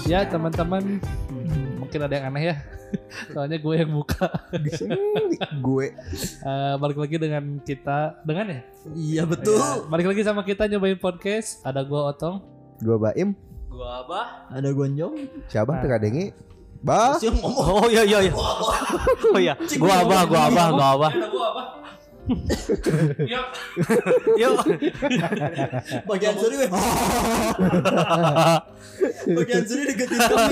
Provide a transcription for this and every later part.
Ya teman-teman, mungkin ada yang aneh ya. Soalnya gue yang buka. Gue Balik lagi dengan kita. Dengan ya? Iya betul. Ya, balik lagi sama kita nyobain podcast. Ada gue Otong. gue Baim. Gua Abah. Ada Gonjong. Siapa Nah. terkadengi? Bah. Siapa ngomong? Oh iya. Oh iya. Gua Abah. Ada gue apa? Yuk. Yuk. Bagian suri weh. Bagian suri deketin kami.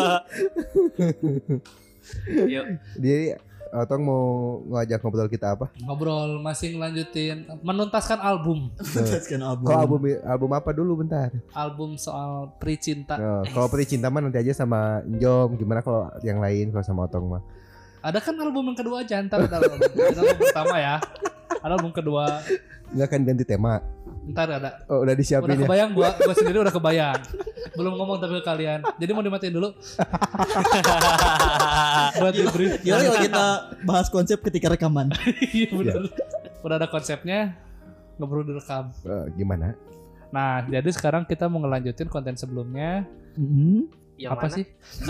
Yuk. Jadi Otong mau ngajak ngobrol kita apa? Ngobrol masih ngelanjutin menuntaskan album. Menuntaskan album. Kalau album apa dulu bentar? Album soal Pri Cinta. Kalau Peri Cinta mah nanti aja sama Njom. Gimana kalau yang lain kalau sama Otong mah? Ada kan album yang kedua aja. Ntar ada album pertama ya. Ada album kedua. Nggak akan ganti tema. Ntar ada. Oh udah disiapin Udah ya? kebayang gua sendiri udah kebayang. Belum ngomong tapi ke kalian. Jadi mau dimatiin dulu. Buat di brief. Ya kalau kita bahas konsep ketika rekaman. Iya benar. Udah ada konsepnya. Nggak perlu direkam. Gimana? Nah, jadi sekarang kita mau ngelanjutin konten sebelumnya. Yang Apa mana? sih?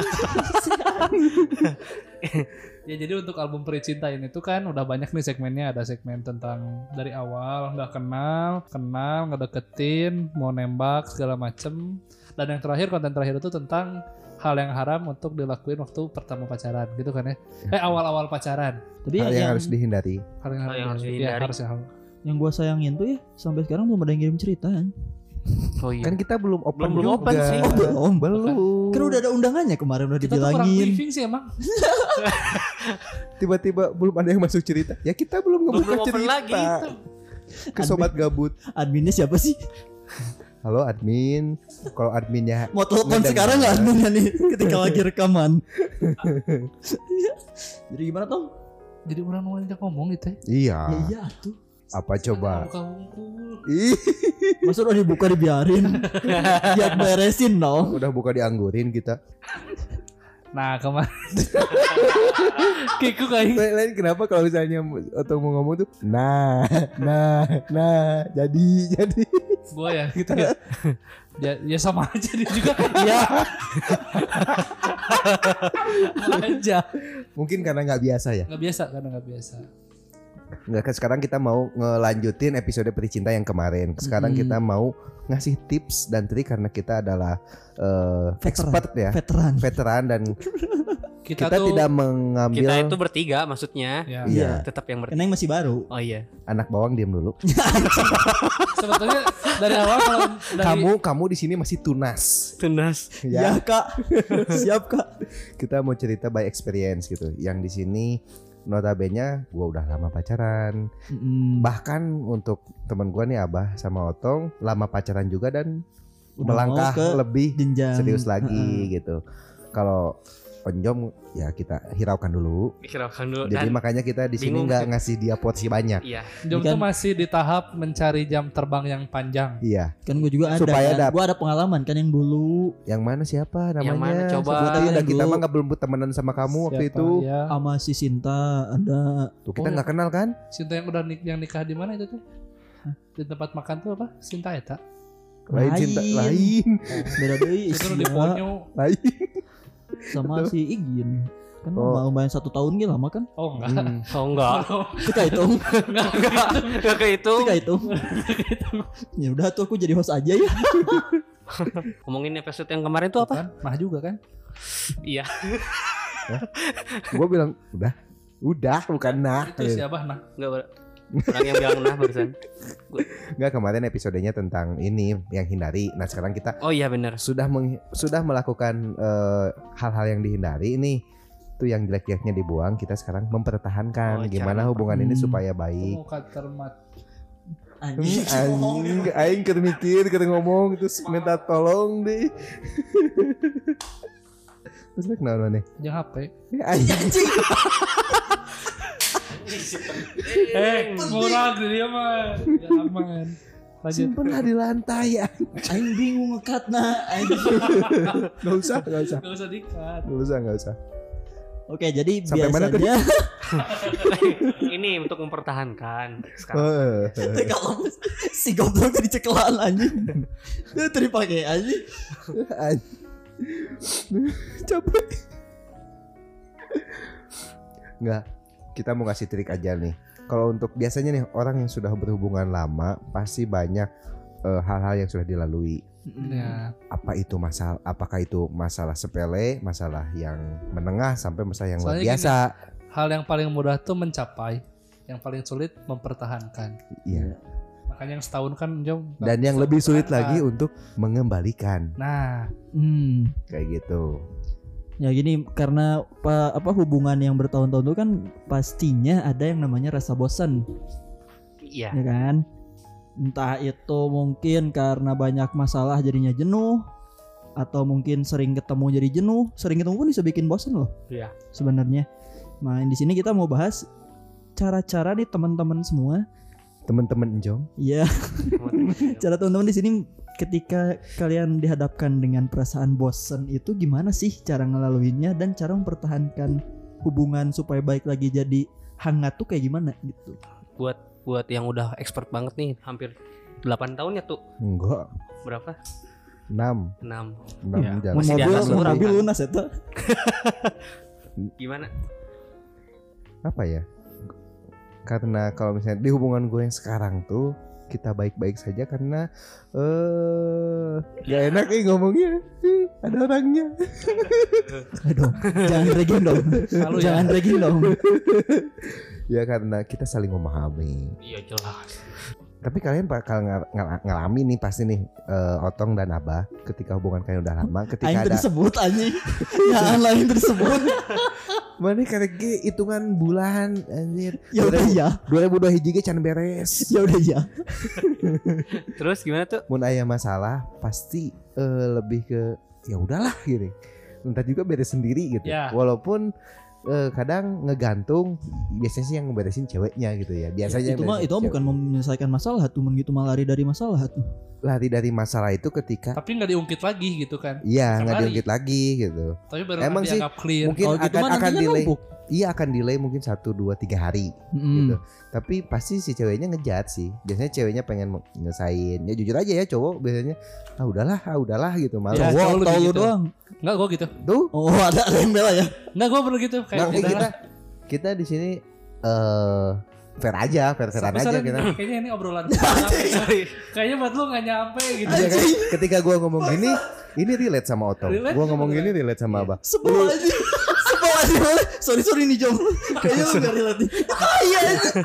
Ya jadi untuk album Pri Cinta ini tuh kan udah banyak nih segmennya. Ada segmen tentang dari awal nggak kenal, ngedeketin, mau nembak segala macem. Dan yang terakhir, konten terakhir itu tentang hal yang haram untuk dilakuin waktu pertama pacaran gitu kan ya. Awal-awal pacaran. Tapi Hal yang harus dihindari. Hal yang Hal yang harus ya, dihindari. harus ya. yang gua sayangin tuh ya sampai sekarang belum ada yang ngirim cerita kan. Oh iya. Kan kita belum open Belum juga. open sih. Oh, belum. Belum. Kan udah ada undangannya kemarin udah Kita tuh kurang dibilangin. briefing sih emang. Tiba-tiba belum ada yang masuk cerita. Ya kita belum ngebuka Belum open cerita. lagi. Ke sobat gabut. Adminnya siapa sih? Halo admin. Kalau adminnya Mau telepon ngedengar. sekarang nggak adminnya nih ketika lagi rekaman? Jadi gimana Tom? Jadi orang wanita ngomong gitu ya. Iya. Ya iya tuh. Apa coba? Buka wungkul. Ih, Masa udah dibuka dibiarin? Ya beresin dong. udah buka dianggurin kita. Nah kemarin Kiku kayak Lain kenapa kalau misalnya atau mau ngomong tuh nah jadi gue ya gitu ya. Ya sama aja dia juga. Ya. aja. mungkin karena nggak biasa ya. Nggak biasa karena nggak biasa. Nggak kan sekarang kita mau ngelanjutin episode Peri Cinta yang kemarin. Sekarang kita mau ngasih tips dan trik karena kita adalah expert ya, veteran dan kita tuh, tidak mengambil Kita itu bertiga maksudnya. ya, Iya. Tetap yang bertiga. Karena yang masih baru. Oh iya. anak bawang diam dulu. sebetulnya dari awal kalau dari Kamu di sini masih tunas. Tunas. Ya, Ya, Kak. Siap Kak. kita mau cerita by experience gitu. Yang di sini notabene gua udah lama pacaran. Bahkan untuk teman gua nih Abah sama Otong lama pacaran juga dan Udah melangkah mau ke lebih jenjang serius lagi gitu. Kalau Onjom ya kita hiraukan dulu. Hiraukan dulu. Jadi Dan makanya kita di sini bingung nggak sih. ngasih dia porsi banyak. iya. Jom Ini tuh kan- masih di tahap mencari jam terbang yang panjang. Iya. Kan gue juga ada Supaya kan. Gue ada pengalaman kan yang dulu Yang mana siapa namanya? Yang mana coba? Sebut aja, Yang dah, kita dulu. mah nggak belum temenan sama kamu waktu Siapa? itu. Ya. sama si Sinta ada. Tuh kita Oh, nggak kenal kan? Sinta yang udah yang nikah di mana itu tuh? Di tempat makan tuh apa? Sinta ya tak? Lain cinta lain. Beda deui Itu di isinya. Ponyo. Lain. Sama si Igin. Kan Oh. mau main 1 tahun gitu lama kan? Oh enggak. Oh enggak. Kita hitung. Enggak kehitung. Kita hitung. Ya udah tuh aku jadi host aja ya. Ngomongin episode yang kemarin tuh apa? Kan? Nah juga kan? Iya. Gue bilang udah bukan nah. Itu siapa? Nah Enggak orang yang bilang nah barusan. Nggak, kemarin episodenya tentang ini yang hindari. Nah sekarang kita Oh iya benar. sudah melakukan hal-hal yang dihindari. Ini tuh yang jelek-jeleknya dibuang. Kita sekarang mempertahankan Oh, gimana cara- hubungan ini supaya baik. mau termat. Anjing, aing keur mikir, keur ngomong terus minta tolong deh. Terus rek naon nih? Jangan HP. Anjing. Murah dia mah. Ya aman. Lanjut. Simpenlah di lantai ya. Aing bingung ngekatna. Gak usah. Gak usah dikat. Gak usah. Oke, jadi Sampai mana tadi? biasanya Ini untuk mempertahankan sekarang. kalau si goblok tadi cekelan anjing. Itu dipakai anjing. Capek. Enggak, kita mau kasih trik aja nih. Kalau untuk biasanya nih orang yang sudah berhubungan lama pasti banyak hal-hal yang sudah dilalui. Ya. Apakah itu masalah sepele, masalah yang menengah sampai masalah yang luar Soalnya biasa. Hal yang paling mudah tuh mencapai, yang paling sulit mempertahankan. Iya. Makanya yang setahun kan Jom. Dan yang lebih sulit lagi untuk mengembalikan. Nah, Kayak gitu. Ya gini, karena hubungan yang bertahun-tahun itu kan pastinya ada yang namanya rasa bosan, Iya. ya kan? Entah itu mungkin karena banyak masalah jadinya jenuh, atau mungkin sering ketemu jadi jenuh. Sering ketemu pun bisa bikin bosan loh. Iya. Sebenarnya. Nah, di sini kita mau bahas cara-cara nih teman-teman semua. Teman-teman Jom. Iya. Cara teman-teman di sini ketika kalian dihadapkan dengan perasaan bosan itu gimana sih cara ngelaluinnya dan cara mempertahankan hubungan supaya baik lagi jadi hangat tuh kayak gimana gitu. Buat yang udah expert banget nih, hampir 8 tahun ya tuh. Enggak. Berapa? 6 Ya, jalan. masih di atas orang, mobil kan? lunas eta. Gimana? Apa ya? Karena kalau misalnya di hubungan gue yang sekarang tuh kita baik-baik saja karena gak enak ngomongnya. Ada orangnya. Aduh, jangan regging dong. Malu ya. Jangan regging dong. Ya karena kita saling memahami. Iya jelas. Tapi kalian bakal ngalamin nih pasti nih Otong dan Abah ketika hubungan kalian udah lama, ketika Aing ada tersebut anjing. Jangan lain tersebut. mana karek hitungan bulan anjir. Ya udah ya. 2002 hiji ge can beres. Ya udah ya. Terus gimana tuh? Mun aya masalah pasti lebih ke ya udahlah gitu. Entar juga beres sendiri gitu. Ya. Walaupun kadang ngegantung biasanya sih yang ngeberesin ceweknya gitu ya. Biasanya Itu mah bukan menyelesaikan masalah tuh, gitu mah lari dari masalah tuh. lari dari masalah itu ketika tapi nggak diungkit lagi gitu kan. iya Bukan nggak lari. diungkit lagi gitu. Tapi baru Emang sih, dianggap clear. Mungkin Kalau gitu mah akan nantinya delay. numpuk. Iya akan delay mungkin 1, 2, 3 hari gitu. Tapi pasti si ceweknya ngejat sih. Biasanya ceweknya pengen nyelesain. Ya jujur aja ya cowok biasanya udahlah gitu malah. Ya, cowok lebih Tahu lu gitu. doang. Enggak gue gitu. Tuh. Oh, ada yang bela ya. Enggak gue bener gitu kayak Nah, udah lah. kita di sini fair aja, fair-fairan aja Misalnya kita. kayaknya ini obrolan kayaknya buat lu gak nyampe gitu. Iya kan? Ketika gua ngomong gini, ini relate sama Otong. Relate Gua ngomong juga. gini relate sama Abah. Sebel aja. Sebel aja. Sorry nih Jom. Kayaknya lu gak relate. Iya.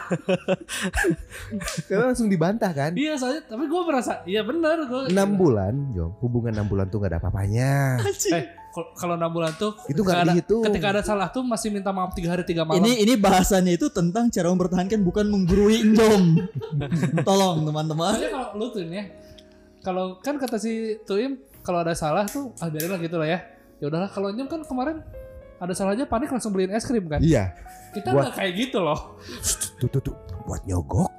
Karena langsung dibantah kan. Iya soalnya tapi gue merasa iya benar gue 6 bulan, Jom. Hubungan 6 bulan tuh gak ada apa-apanya. kalau 6 bulan tuh Itu ketika nggak dihitung. ketika ada salah tuh masih minta maaf 3 hari 3 malam. Ini bahasannya itu tentang cara mempertahankan bukan menggurui Jom. Tolong teman-teman. Soalnya kalau lu tuh ya kalau kan kata si Tuim kalau ada salah tuh biarin lah gitu lah ya. Ya udahlah kalau Nyom kan kemarin ada salahnya panik langsung beliin es krim kan. Iya. Kita nggak kayak gitu loh. Tuh buat nyogok.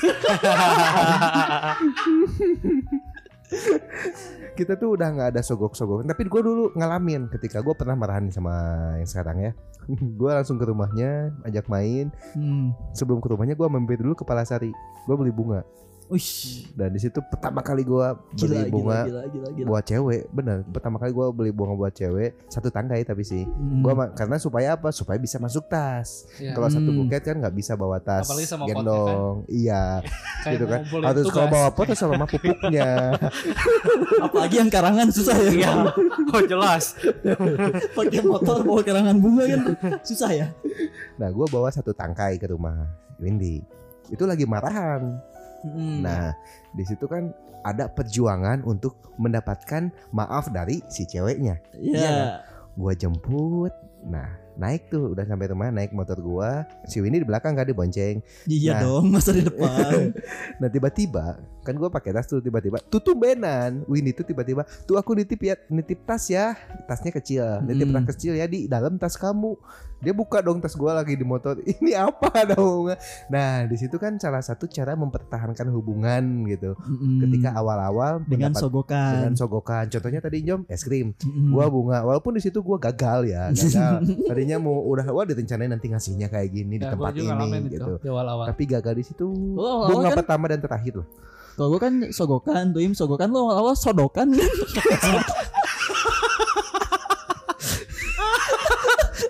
Kita tuh udah nggak ada sogok-sogok. Tapi gue dulu ngalamin ketika gue pernah marahan sama yang sekarang ya. Gue langsung ke rumahnya, ajak main. Sebelum ke rumahnya gue mampir dulu ke Palasari. Gue beli bunga. Uish. Dan di situ pertama kali gue beli bunga buat cewek. Bener. Pertama kali gue beli bunga buat cewek. Satu tangkai tapi sih. Karena supaya apa? Supaya bisa masuk tas. Ya. Kalau satu buket kan nggak bisa bawa tas Apalagi sama potnya, gendong. Iya. Kayak Gitu kan. ngumpulin Harus tugas. kalau bawa pot sama pupuknya. Apalagi yang karangan susah ya. Iya. Oh jelas. Pakai motor bawa karangan bunga kan susah ya. Nah gue bawa satu tangkai ke rumah Windy. Itu lagi marahan. Nah di situ kan ada perjuangan untuk mendapatkan maaf dari si ceweknya. Iya. Gue jemput. Nah naik tuh udah sampai rumah, naik motor gua, si Windy di belakang kan dibonceng. Iya Nah. dong, masa di depan. Nah tiba-tiba kan gua pakai tas tuh, tiba-tiba tumbenan Windy tuh tiba-tiba tuh aku nitip tas ya, tasnya kecil, nitip tas kecil ya di dalam tas kamu. Dia buka dong tas gua lagi di motor. Ini apa dong? Nah di situ kan salah satu cara mempertahankan hubungan gitu. Ketika awal-awal dengan dengan sogokan. sogokan. Contohnya tadi Jom es krim, gua bunga. Walaupun di situ gua gagal ya, Tadinya mau direncanain nanti ngasihnya kayak gini di Ya, tempat gua juga ini ngalamin itu gitu. di awal-awal. Tapi gagal di situ. Oh, Bunga awal kan- pertama dan terakhir loh. Kalau gue kan sogokan, sogokan lo awal-awal sodokan kan.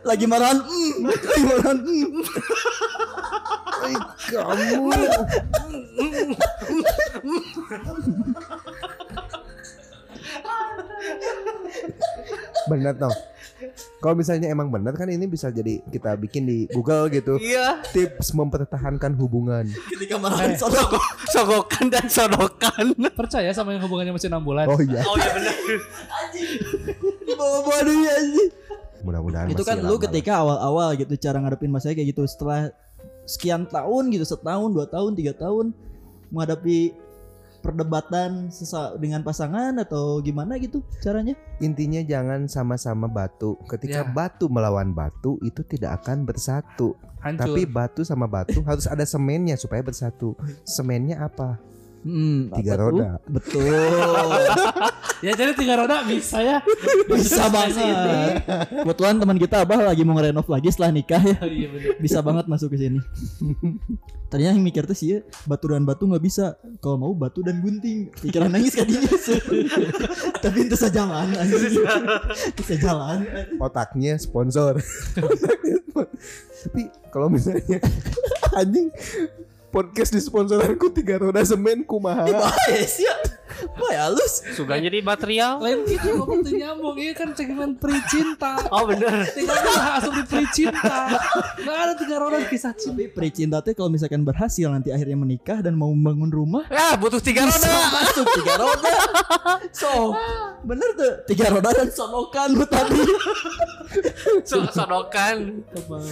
Lagi marahan. Lagi marahan. Kamu. Bener dong. Kalau misalnya emang bener kan ini bisa jadi kita bikin di Google gitu. Iya. Tips mempertahankan hubungan. Ketika marahan Sogokan dan sodokan. Percaya sama yang hubungannya masih 6 bulan? Oh iya. Oh iya benar. di bawah dunia sih. Mudah-mudahan Itu masih kan lu lama ketika awal-awal gitu cara ngadepin masalah kayak gitu, setelah sekian tahun gitu, setahun, 2 tahun, 3 tahun menghadapi perdebatan dengan pasangan atau gimana gitu caranya? Intinya jangan sama-sama batu. Ketika Ya. batu melawan batu itu tidak akan bersatu. Hancur. Tapi batu sama batu harus ada semennya supaya bersatu. Semennya apa? 3 apa tuh? roda. Betul. Ya jadi 3 roda bisa ya. Bisa banget. Kebetulan teman kita Abah lagi mau ngerenov lagi setelah nikah ya. Oh, iya bener. Bisa banget masuk ke sini. Tadinya yang mikir tuh sih ya, batu dan batu nggak bisa. Kalau mau batu dan gunting. Pikiran nangis kadinya. Tapi itu sejalan anjing. Itu sejalan. Otaknya sponsor. Tapi kalau misalnya anjing podcast disponsoranku 3 roda semen kumaha. Bahaya sih ya. Bahaya halus. Suka jadi material. Lain gitu ngomong tuh nyambung. Ini kan segmen peri cinta. Oh bener. 3 roda asal di peri cinta. Gak ada 3 roda kisah cinta. Tapi peri cinta tuh kalau misalkan berhasil nanti akhirnya menikah dan mau membangun rumah, Ya butuh 3 roda. masuk 3 roda. So, bener tuh 3 roda dan sonokan lu tadi. Sodokan.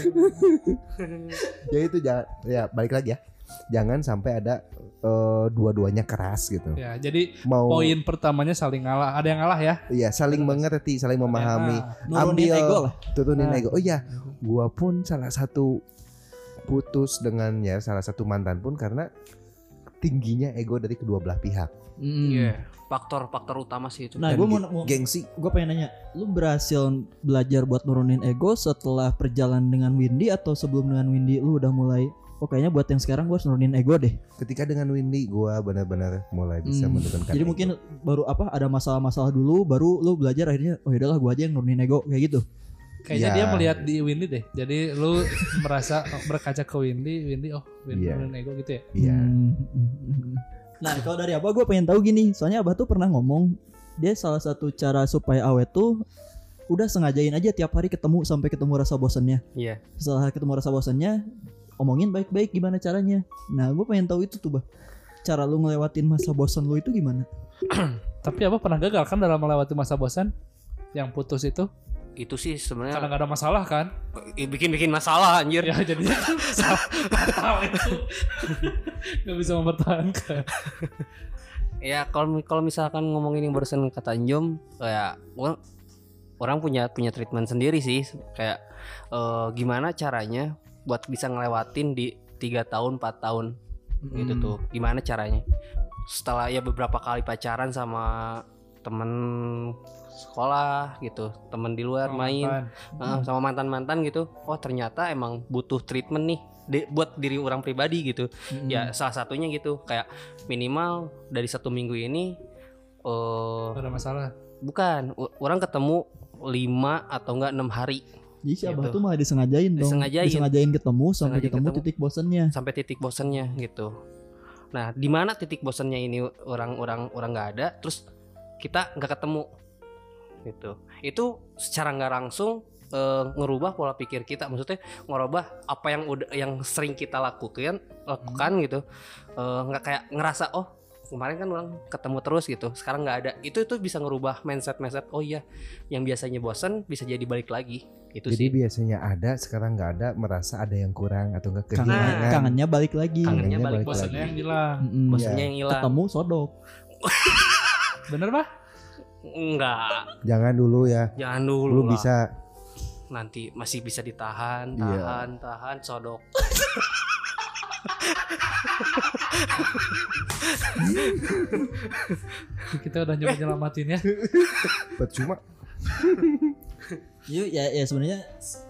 Ya itu jangan, ya balik lagi ya. Jangan sampai ada dua-duanya keras gitu. Ya jadi Mau poin pertamanya saling ngalah. Ada yang ngalah ya. iya saling mengerti, saling memahami. Nurunin ego lah. Turunin Nah. ego. Oh iya, gua pun salah satu putus dengan ya salah satu mantan pun karena tingginya ego dari kedua belah pihak. Iya. Faktor utama sih itu. Nah, Dan gue mau gengsi. gue pengen nanya, lu berhasil belajar buat nurunin ego setelah perjalanan dengan Windy atau sebelum dengan Windy lu udah mulai kayaknya buat yang sekarang gue harus nurunin ego deh. Ketika dengan Windy gua benar-benar mulai bisa menurunkan Jadi ego. mungkin baru ada masalah-masalah dulu, baru lu belajar akhirnya oh yaudahlah gue aja yang nurunin ego kayak gitu. Kayaknya Ya. dia melihat di Windy deh. Jadi lu merasa berkaca ke Windy oh Windy Iya. nurunin ego gitu ya. Iya. Nah kalau dari Abah gue pengen tahu gini, soalnya Abah tuh pernah ngomong dia salah satu cara supaya awet tuh udah sengajain aja tiap hari ketemu sampai ketemu rasa bosannya. Iya. Setelah ketemu rasa bosannya omongin baik-baik gimana caranya. Nah gue pengen tahu itu tuh Bah, cara lu ngelewatin masa bosan lu itu gimana? Tapi apa pernah gagal kan dalam melewati masa bosan? Yang putus itu Itu sih karena sebenarnya gak ada masalah kan? bikin masalah anjir. Ya jadinya tahu itu nggak bisa mempertahankan. Ya kalau misalkan ngomongin yang barusan kata Anjom, kayak orang punya treatment sendiri sih, kayak gimana caranya buat bisa ngelewatin di 3 tahun 4 tahun gitu tuh. Gimana caranya? Setelah ya beberapa kali pacaran sama temen sekolah gitu, temen di luar main, sama mantan gitu. Oh ternyata emang butuh treatment nih buat diri orang pribadi gitu. Ya salah satunya gitu, kayak minimal dari 1 minggu ini Ada masalah. bukan orang ketemu 5 atau enggak 6 hari Jadi si Abah Gitu. tuh malah disengajain dong. Disengajain. Ketemu sampai Sengaja ketemu ketemu. titik bosannya. sampai titik bosannya gitu. Nah di mana titik bosannya ini orang nggak ada, terus kita nggak ketemu gitu. Itu secara nggak langsung ngerubah pola pikir kita, maksudnya ngerubah apa yang sering kita lakukan gitu. Nggak kayak ngerasa oh kemarin kan orang ketemu terus gitu, sekarang nggak ada. Itu bisa ngerubah mindset. Oh iya, yang biasanya bosan bisa jadi balik lagi. Itu Jadi sih. biasanya ada, sekarang nggak ada, merasa ada yang kurang atau nggak kehilangan. Kangennya balik lagi. Kangennya Kangennya balik balik Bosannya lagi. yang hilang. Bosannya yang hilang. Ketemu sodok. Bener Pak? Enggak, Jangan dulu ya. jangan dulu Lu lah. bisa Nanti masih bisa ditahan, Iya. tahan, sodok. Kita udah nyoba nyelamatin ya. percuma. Ya sebenarnya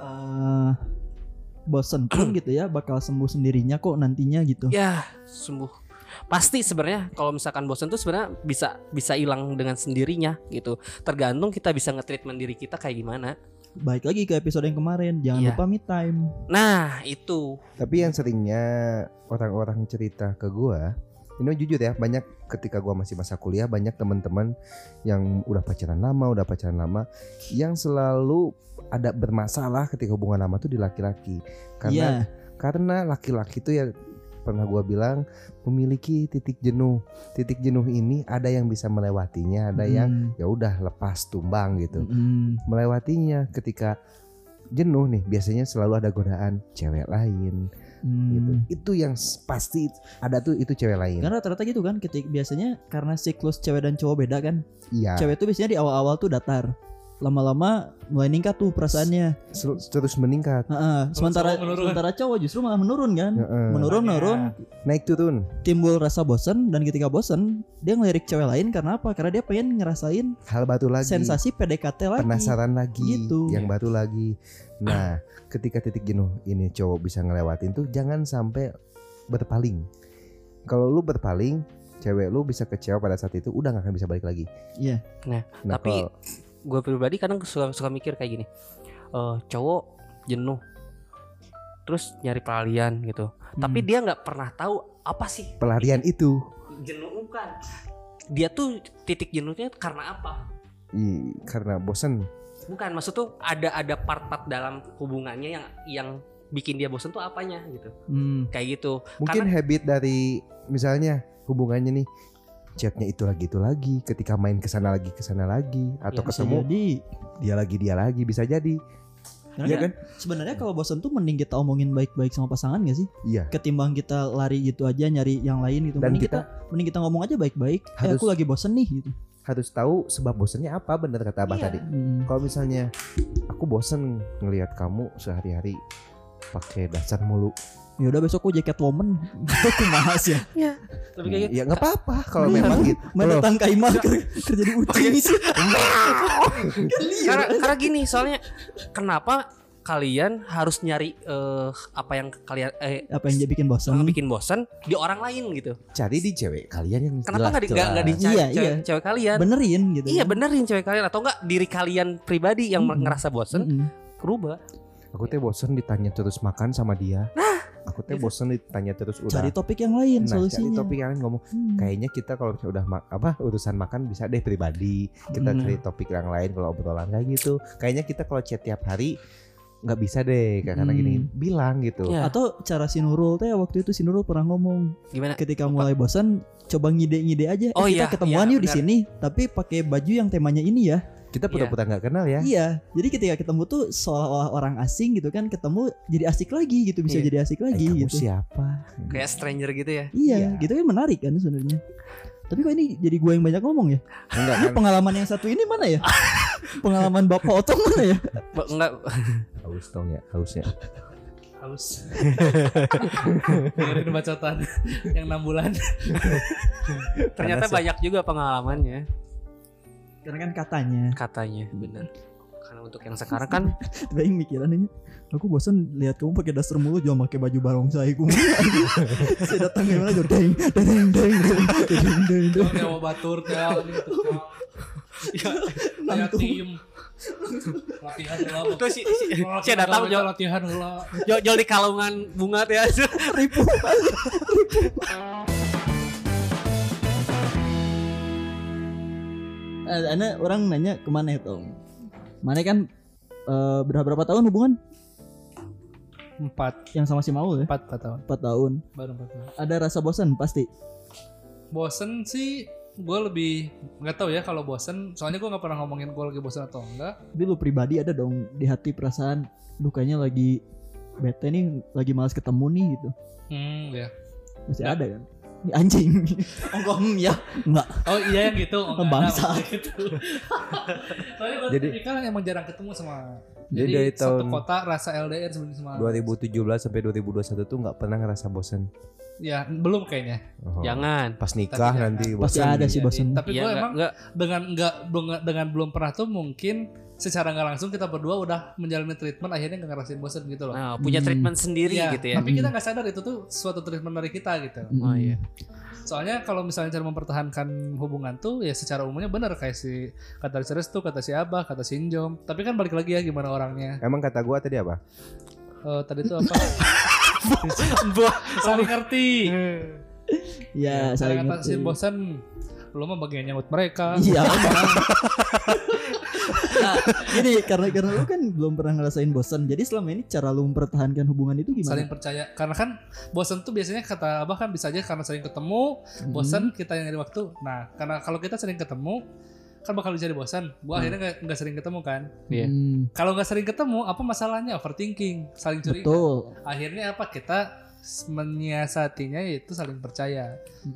bosen pun gitu ya bakal sembuh sendirinya kok nantinya gitu. Ya, sembuh. Pasti sebenarnya kalau misalkan bosan tuh sebenarnya bisa hilang dengan sendirinya gitu. Tergantung kita bisa nge-treatment diri kita kayak gimana. Baik lagi ke episode yang kemarin, jangan Iya. lupa me time. Nah itu Tapi yang seringnya orang-orang cerita ke gua, ini jujur ya, banyak ketika gua masih masa kuliah, banyak teman-teman yang udah pacaran lama yang selalu ada bermasalah ketika hubungan lama tuh di laki-laki. Iya. Karena laki-laki tuh ya pernah gua bilang memiliki titik jenuh. Titik jenuh ini ada yang bisa melewatinya, ada yang ya udah lepas tumbang gitu. Melewatinya ketika jenuh nih biasanya selalu ada godaan cewek lain gitu. Itu yang pasti ada tuh, itu cewek lain. Karena rata-rata gitu kan, biasanya karena siklus cewek dan cowok beda kan. Iya. Cewek tuh biasanya di awal-awal tuh datar, lama-lama mulai meningkat tuh perasaannya. Terus meningkat. Sementara cowok justru malah menurun kan. Menurun, naik turun. timbul rasa bosan, dan ketika bosan dia ngelirik cewek lain karena apa? Karena dia pengen ngerasain Hal baru lagi. sensasi PDKT lagi. Penasaran lagi. Gitu. Yang baru lagi. Nah, ketika titik jenuh ini cowok bisa ngelewatin tuh, jangan sampai berpaling. Kalau lu berpaling, cewek lu bisa kecewa pada saat itu, udah gak akan bisa balik lagi. Iya. Nah, tapi gue pribadi kadang suka mikir kayak gini, cowok jenuh terus nyari pelarian gitu, tapi dia nggak pernah tahu apa sih pelarian itu jenuh. Bukan, dia tuh titik jenuhnya karena apa? Karena bosan. Bukan, maksud tuh ada part-part dalam hubungannya yang bikin dia bosan tuh apanya gitu. Kayak gitu. Mungkin Karena habit dari misalnya hubungannya nih, chatnya itu lagi, ketika main kesana lagi, atau Ya, ketemu dia lagi bisa jadi. Karena Iya kan sebenarnya kalau bosan tuh mending kita omongin baik-baik sama pasangan gak sih? Iya. Ketimbang kita lari gitu aja nyari yang lain gitu. Dan Mending kita ngomong aja baik-baik. Harus- Aku lagi bosan nih gitu. Harus tahu sebab bosannya apa, bener kata Abah Iya. tadi. Kalau misalnya aku bosen ngelihat kamu sehari-hari pakai dasar mulu, Ya udah besok aku jaket woman. Aku mahas ya. tapi kayak gitu. ya nggak apa-apa kalau memang gitu. Main Loh, datang kaimah kerja di ucing sih. karena gini, soalnya kenapa kalian harus nyari apa yang kalian Apa yang dia bikin bosan? bikin bosan di orang lain gitu? cari di cewek kalian yang Kenapa nggak jelas-jelas. dicari Iya. cewek kalian? Benerin gitu. Iya, kan. benerin cewek kalian, atau enggak diri kalian pribadi yang ngerasa bosan, rubah. Aku teh bosen ditanya terus makan sama dia. Aku teh bosen ditanya terus udah. Cari topik yang lain Nah, cari solusinya. topik yang lain ngomong. Kayaknya kita kalau udah urusan makan bisa deh pribadi. Kita cari topik yang lain kalau obrolan kayak gitu. Kayaknya kita kalau chat tiap hari nggak bisa deh karena gini, bilang gitu. Ya. Atau cara si Nurul teh waktu itu si Nurul pernah ngomong Gimana? ketika mulai bosan coba ngide-ngide aja. Oh Kita iya, ketemuan iya, yuk di benar. sini, tapi pakai baju yang temanya ini ya. Kita pura-pura nggak kenal ya. Iya, jadi ketika ketemu tuh seolah-olah orang asing gitu kan, ketemu jadi asik lagi gitu, bisa Iya. jadi asik lagi Kamu gitu. siapa? Kayak stranger gitu ya? Iya, Iya. gitu kan menarik kan sebenarnya. Tapi kok ini jadi gue yang banyak ngomong ya? Enggak Ini kan? pengalaman yang satu ini mana ya? Pengalaman Bapak Otong mana ya? Enggak. Haus dong ya, hausnya. Haus. Dengerin bacotan yang 6 bulan. Ternyata Panas ya? banyak juga pengalamannya, Karena kan katanya, katanya. Bener. Karena untuk yang sekarang kan gue yang mikiran ini, aku bosan lihat kamu pakai daster mulu, jangan pakai baju barongsai ku. Saya datang ke mana aja, deng. Kayak mau batur teh gitu. Ya tim. Latihan heula. terus si datang latihan heula. jol di kalungan bunga teh. Ribu. Ana orang nanya kemana itu? Mana kan berapa tahun hubungan 4 yang sama si Maul ya? 4 tahun. 4 tahun. Baru 4 tahun. Ada rasa bosan pasti. Bosen sih gue lebih nggak tahu ya kalau bosen, soalnya gue nggak pernah ngomongin gue lagi bosen atau enggak. Tapi lu pribadi ada dong di hati perasaan lu kayaknya lagi bete nih, lagi malas ketemu nih gitu. Ya. Masih Nggak. ada kan? Ini anjing. Enggak ya. Enggak. Oh iya yang gitu. Oh, nggak, Bangsa. nggak gitu. Soalnya gue Jadi- tipikal yang emang jarang ketemu sama. Jadi Jadi dari satu tahun- kota rasa LDR sebenarnya sama. 2017 sampai 2021 tuh nggak pernah ngerasa bosan. Ya belum kayaknya. Oh. Jangan. Pas nikah Tapi nanti Pasti bosan. ada sih Jadi, bosan. tapi Iya, gue emang enggak. dengan belum pernah tuh mungkin secara nggak langsung kita berdua udah menjalani treatment, akhirnya nggak ngerasain bosan gitu loh. Nah, punya treatment sendiri Iya, gitu ya. tapi kita nggak sadar itu tuh suatu treatment dari kita gitu. Oh iya. Soalnya kalau misalnya cara mempertahankan hubungan tuh ya secara umumnya benar kayak si kata si Restu, kata si Abah, kata si Injom. Tapi kan balik lagi ya gimana orangnya. Emang kata gua tadi apa? Tadi tuh apa? Saling ngerti. Ya, Saya saling kata si bosan, lu mah bagian nyaut mereka. Iya. Nah, gini karena lu kan belum pernah ngerasain bosan. Jadi selama ini cara lu mempertahankan hubungan itu gimana? Saling percaya. Karena kan bosan tuh biasanya kata Abah kan bisa aja karena sering ketemu, bosan kita yang nyari waktu. Nah, karena kalau kita sering ketemu kan bakal jadi bosan. Gua akhirnya nggak sering ketemu kan. Iya. Kalau nggak sering ketemu, apa masalahnya? Overthinking, saling curiga. Betul. Akhirnya apa? Kita menyiasatinya yaitu saling percaya.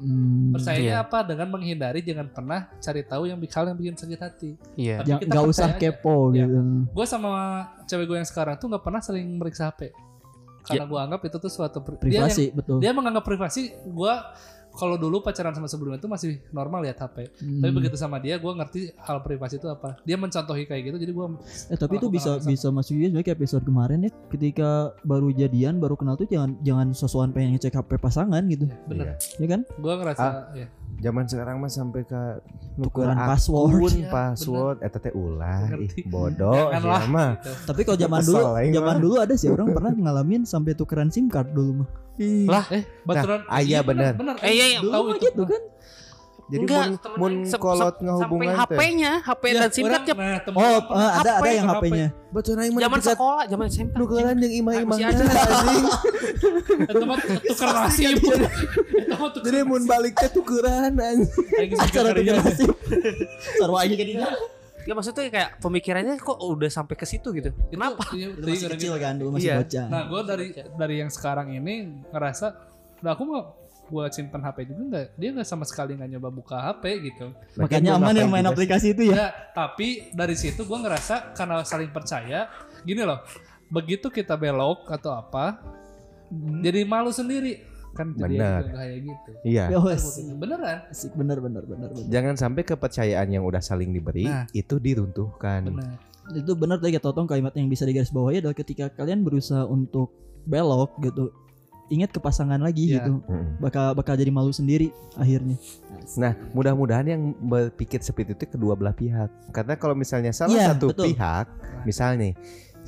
Iya. Percayanya apa? Dengan menghindari, jangan pernah cari tahu yang hal yang bikin sakit hati. Iya. Tapi kita Nggak usah percaya aja. kepo Ya. gitu. Gue sama cewek gue yang sekarang tuh nggak pernah sering meriksa HP. Karena gue anggap itu tuh suatu Privasi, betul. Dia menganggap privasi. Gue kalau dulu pacaran sama sebelumnya itu masih normal lihat HP. Tapi begitu sama dia, gue ngerti hal privasi itu apa. Dia mencontohi kayak gitu, jadi gue. Tapi itu melakukan hal yang bisa masuk juga sebenarnya kayak episode kemarin ya. Ketika baru jadian, baru kenal tuh jangan sosokan pengen ngecek HP pasangan gitu. Bener. Ya kan? Gue ngerasa. Ya. Zaman sekarang mah sampai ke Tukeran akun, password. Iya, password eta teh ulah Ngerti. bodoh Janganlah, ya mah. gitu. Tapi kalau Kesel, zaman dulu ada sih orang pernah ngalamin sampai tukeran SIM card dulu mah. Lah, Baturan. iya bener. Bener. Iya, Dulu tahu mah itu. gitu kan. Jadi enggak, mun kolot sampai ngehubungan teh. HP-nya, HP Ya, dan SIM card nah, temen Oh, pernah ada HP, yang HP. HP-nya. Bacaan aing mah zaman dekat sekolah, zaman SMP. nukeran jeung imah-imah Masih ada. anjing. Itu mah tuker nasib. Itu mah tuker Jadi mun balik teh tukeran anjing. Acara tukeran SIM. Sarwa aja gadinya. Ya maksudnya kayak pemikirannya kok udah sampai ke situ gitu. Kenapa? Dulu masih kecil kan, dulu masih Iya. bocah. Nah, gue dari yang sekarang ini ngerasa, nah aku mau gue simpen HP juga dia nggak sama sekali nggak nyoba buka HP gitu. Makanya aman yang main aplikasi itu ya. Ya, tapi dari situ gue ngerasa karena saling percaya, gini loh, begitu kita belok atau apa, jadi malu sendiri kan, Benar. jadi kayak gitu. Iya. Ya wes. Beneran. Asik, bener. Jangan sampai kepercayaan yang udah saling diberi Nah. itu diruntuhkan. Bener. Itu benar tadi kata Totong, kalimat yang bisa digarisbawahi adalah ketika kalian berusaha untuk belok gitu, ingat ke pasangan lagi Ya. gitu, Mm. bakal jadi malu sendiri akhirnya. Nah, mudah-mudahan yang berpikir seperti itu kedua belah pihak. Karena kalau misalnya salah Iya, satu betul. pihak, misalnya nih,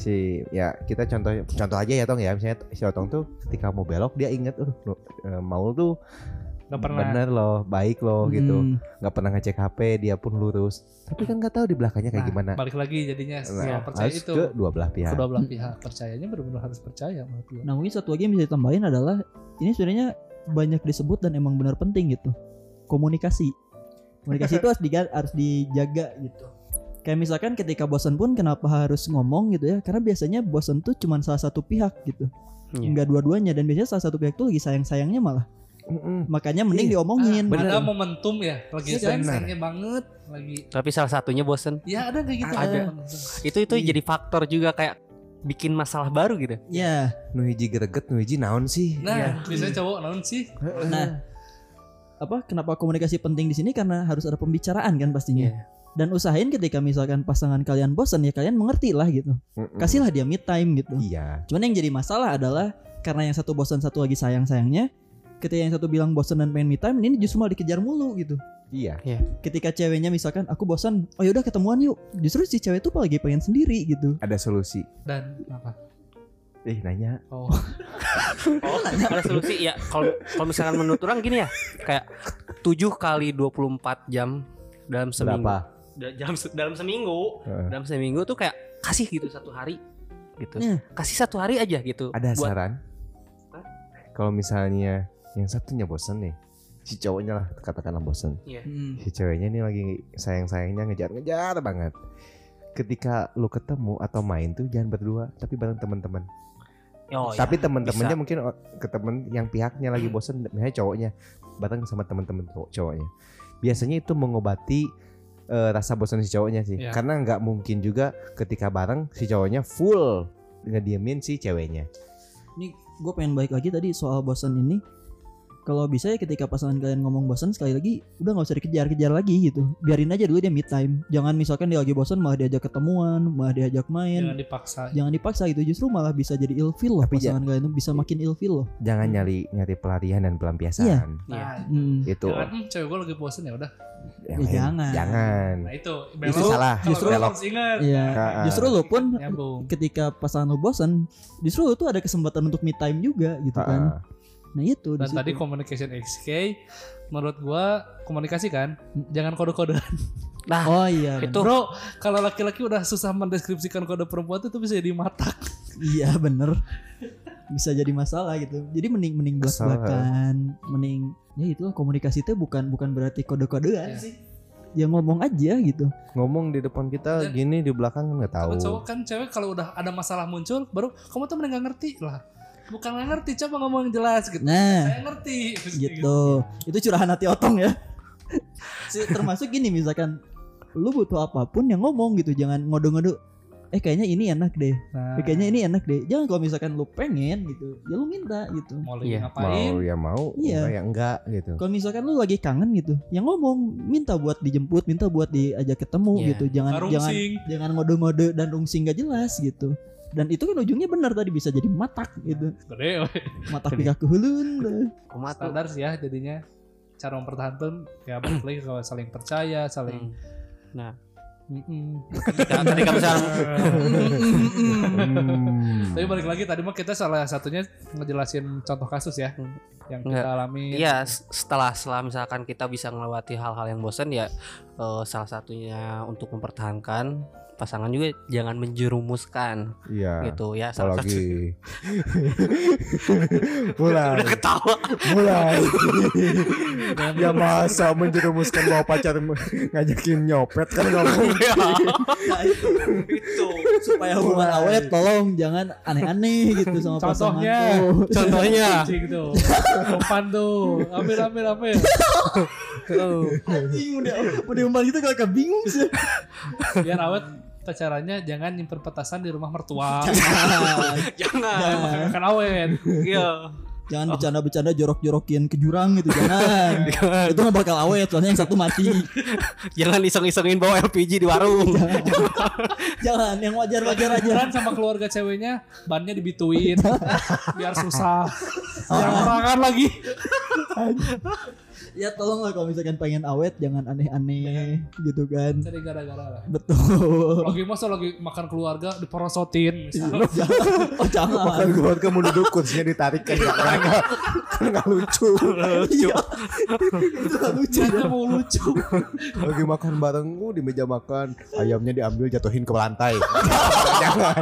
ya kita contoh aja ya Tong ya, misalnya si Otong tuh ketika mau belok dia ingat, mau tuh Nggak pernah. bener loh, baik loh gitu, Hmm. nggak pernah ngecek HP, dia pun lurus. Tapi kan nggak tahu di belakangnya kayak Nah, gimana. balik lagi jadinya Nah, soal percaya harus itu ke dua belah pihak. kedua belah pihak. Percayanya benar-benar harus percaya menurut gue. Nah mungkin satu lagi yang bisa ditambahin adalah ini sebenarnya banyak disebut dan emang benar penting gitu, komunikasi. Komunikasi itu harus dijaga gitu. Kayak misalkan ketika bosan pun kenapa harus ngomong gitu ya? Karena biasanya bosan tuh cuma salah satu pihak gitu, Iya. enggak dua-duanya, dan biasanya salah satu pihak tuh lagi sayang-sayangnya malah. Mm-mm. Makanya mending diomongin. Ada momentum ya, lagi Iya kan? sayang-sayangnya banget, lagi. Tapi salah satunya bosen. Ya ada kayak gitu. Ada. Itu Iya. jadi faktor juga kayak bikin masalah baru gitu. Ya. Nu hiji greget, nu hiji naon sih? Nah, biasanya cowok naon sih? Nah, kenapa komunikasi penting di sini? Karena harus ada pembicaraan kan pastinya. Iya. Dan usahain ketika misalkan pasangan kalian bosan ya kalian mengerti lah gitu. Mm-mm. Kasihlah dia me time gitu. Iya. Cuman yang jadi masalah adalah karena yang satu bosan satu lagi sayang-sayangnya, ketika yang satu bilang bosan dan pengen me time, ini justru malah dikejar mulu gitu. Iya. Ketika ceweknya misalkan aku bosan, oh yaudah ketemuan yuk. Justru si cewek tuh lagi pengen sendiri gitu. Ada solusi. Dan apa? Nanya. Oh, Oh, ada solusi ya. Kalau misalkan menurut orang gini ya, kayak 7 kali 24 jam dalam seminggu. Berapa? Dalam seminggu. Heeh. Dalam seminggu tuh kayak kasih gitu satu hari gitu. Nah. Kasih satu hari aja gitu. Ada Buat- saran? Kalau misalnya yang satunya bosen nih, si cowoknya lah katakanlah bosen, Iya. si ceweknya nih lagi sayang-sayangnya ngejar-ngejar banget. Ketika lu ketemu atau main tuh jangan berdua, tapi bareng teman-teman. Oh, Tapi ya, teman-temannya bisa. mungkin ke temen yang pihaknya lagi bosen, misalnya cowoknya bareng sama teman-teman cowoknya. Biasanya itu mengobati rasa bosan si cowoknya sih. Iya. Karena nggak mungkin juga ketika bareng si cowoknya full ngediemin si ceweknya. Ini gue pengen balik lagi tadi soal bosan ini. Kalau bisa ya ketika pasangan kalian ngomong bosan sekali lagi udah nggak usah dikejar-kejar lagi gitu. Biarin aja dulu dia me time. Jangan misalkan dia lagi bosan malah diajak ketemuan, malah diajak main. Jangan dipaksa gitu. Justru malah bisa jadi ilfeel loh. Tapi pasangan kalian itu bisa makin ilfeel loh. Jangan nyari pelarian dan pelampiasan. Iya. Itu. Jangan cewek gue lagi bosan ya udah. Jangan. Nah itu salah. Justru ingat. Iya. Justru lo pun nyambung. ketika pasangan lo bosan, justru lo tuh ada kesempatan untuk me time juga gitu kan. Nah itu. Dan tadi communication XK, menurut gua komunikasi kan, jangan kode-kodean. Nah, oh iya. itu bro, kalau laki-laki udah susah mendeskripsikan kode perempuan itu bisa jadi matak. Iya bener. Bisa jadi masalah gitu. Jadi mending belak-belakan, mending ya itu komunikasi itu bukan berarti kode-kodean sih. Ya ngomong aja gitu. Ngomong di depan kita gini, di belakang nggak tahu. Cowok kan cewek kalau udah ada masalah muncul baru kamu tuh mending nggak ngerti lah. Bukan nggak ngerti, coba ngomong yang jelas gitu. Nah, saya ngerti. Gitu. Itu curahan hati Otong ya. Termasuk gini misalkan lu butuh apapun yang ngomong gitu, jangan ngode-ngode. Kayaknya ini enak deh. Kayaknya ini enak deh. Jangan kalau misalkan lu pengen gitu, ya lu minta gitu. Mau lagi ngapain? Mau ya mau, enggak ya enggak gitu. Kalau misalkan lu lagi kangen gitu, ya ngomong, minta buat dijemput, minta buat diajak ketemu gitu. Jangan ngode-ngode dan rungsing gak jelas gitu. Dan itu kan ujungnya benar tadi bisa jadi matak gitu. Gede. Matak pika kehulun. Standar sih ya jadinya. Cara mempertahankan ya balik lagi kalau saling percaya, saling. Nah. Ketika misalnya tapi balik lagi tadi mah kita salah satunya ngejelasin contoh kasus ya yang kita alami. Iya, setelah misalkan kita bisa melewati hal-hal yang bosan ya, salah satunya untuk mempertahankan pasangan juga jangan menjerumuskan. Iya. Gitu ya. Apalagi mulai. Udah ketawa. Mulai. Ya masa menjerumuskan mau pacar ngajakin nyopet kan ngomong. Nah, itu supaya hubungan awet tolong jangan aneh-aneh gitu sama pasangan. Contohnya gitu. Umpan tuh. Ambil. Anjing udah umpan gitu kakak bingung sih. Biar awet caranya jangan nyimpen petasan di rumah mertua. Jangan. Kan awet. Iya. Jangan bercanda-bercanda jorok-jorokin ke jurang gitu. Jangan. Itu mah bakal awet soalnya yang satu mati. Jangan iseng-isengin bawa LPG di warung. Jangan yang wajar-wajar aja. Kan sama keluarga ceweknya bannya dibituin biar susah. Jangan makan lagi. Ya tolonglah kalau misalkan pengen awet jangan aneh-aneh gitu kan. Cari gara-gara lah. Betul. Lagi makan keluarga diporosotin jangan. Makan keluarga mau duduk kursinya ditarik kan nggak lucu. Iya. Itu nggak lucu. Mau lucu. Lagi makan bareng di meja makan, ayamnya diambil jatuhin ke lantai. Jangan.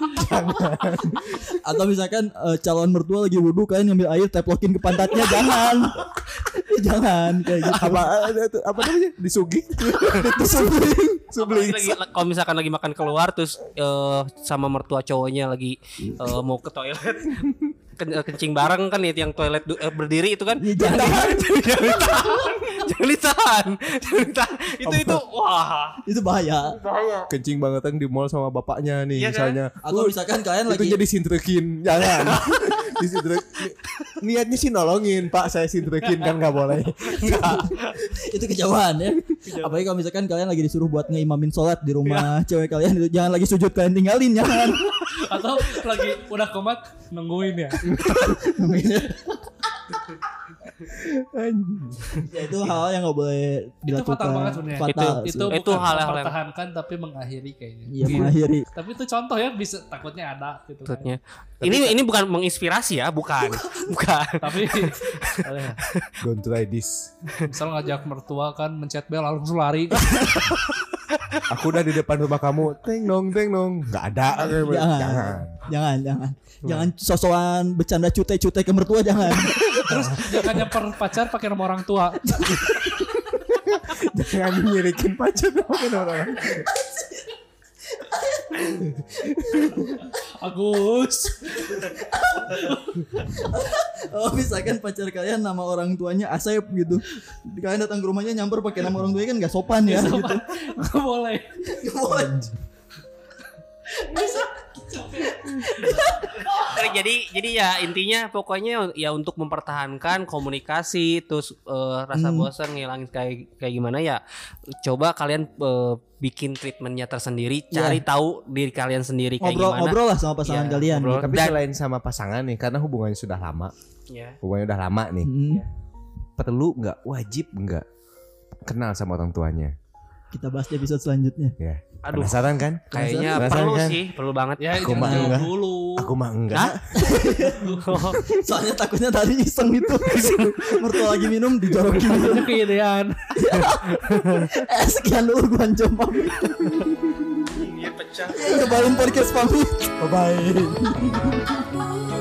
Atau misalkan calon mertua lagi wudhu kalian ngambil air teplokin ke pantatnya. Jangan kayak gitu. Apa namanya? Disugih. Subling. Kalau misalkan lagi makan keluar terus sama mertua cowoknya lagi mau ke toilet kencing bareng kan ya, yang toilet berdiri itu kan. Jangan ditahan. Itu wah. Itu bahaya. Kencing banget di mall sama bapaknya nih, iya misalnya. Kan? Atau misalkan kalian itu lagi jadi sintrekin. Jangan. Niatnya sih nolongin, Pak, saya sintrekin kan nggak boleh. Itu kejauhan ya. Apalagi kalau misalkan kalian lagi disuruh buat ngeimamin sholat di rumah cewek kalian itu, jangan lagi sujud kalian tinggalin, jangan. Atau lagi udah komat nungguin ya. Ya itu hal yang nggak boleh dilakukan. Itu fatal banget sebenarnya. Itu hal yang mempertahankan tapi mengakhiri kayaknya. Iya, mengakhiri. Tapi itu contoh ya, bisa takutnya ada gitu. Maksudnya. Ini bukan menginspirasi ya, bukan. Tapi don't try this. misal ngajak mertua kan mencet bel langsung lari. Aku udah di depan rumah kamu, teng nong, nggak ada. Jangan sosokan bercanda cute-cute ke mertua, jangan. Terus jangan nyamper pacar pakai nama orang tua. Jangan nyirikin pacar pakai nama orang. Agus. Misalkan pacar kalian nama orang tuanya Asep gitu. Kalian datang ke rumahnya nyamper pakai nama orang tuanya kan nggak sopan ya. Gitu. Nggak boleh. jadi ya intinya pokoknya ya untuk mempertahankan komunikasi terus rasa bosan ngilangin kayak gimana ya coba kalian bikin treatmentnya tersendiri, cari tahu diri kalian sendiri kayak gimana. Ngobrol lah sama pasangan kalian. Tapi selain sama pasangan nih, karena hubungannya sudah lama, hubungannya udah lama nih, perlu nggak, wajib nggak kenal sama orang tuanya? Kita bahas di episode selanjutnya. Ya. Aduh, penasaran kan? Kayaknya penasaran perlu kan? sih, perlu banget. Ya, Aku mah enggak. Dulu. Aku mah enggak. Soalnya takutnya tadi iseng itu. Mertua lagi minum dijorokin. Itu kegedean. Sekian dulu gua Anjom pamit. Iya pecah. Ngebalin podcast pamit. Bye bye.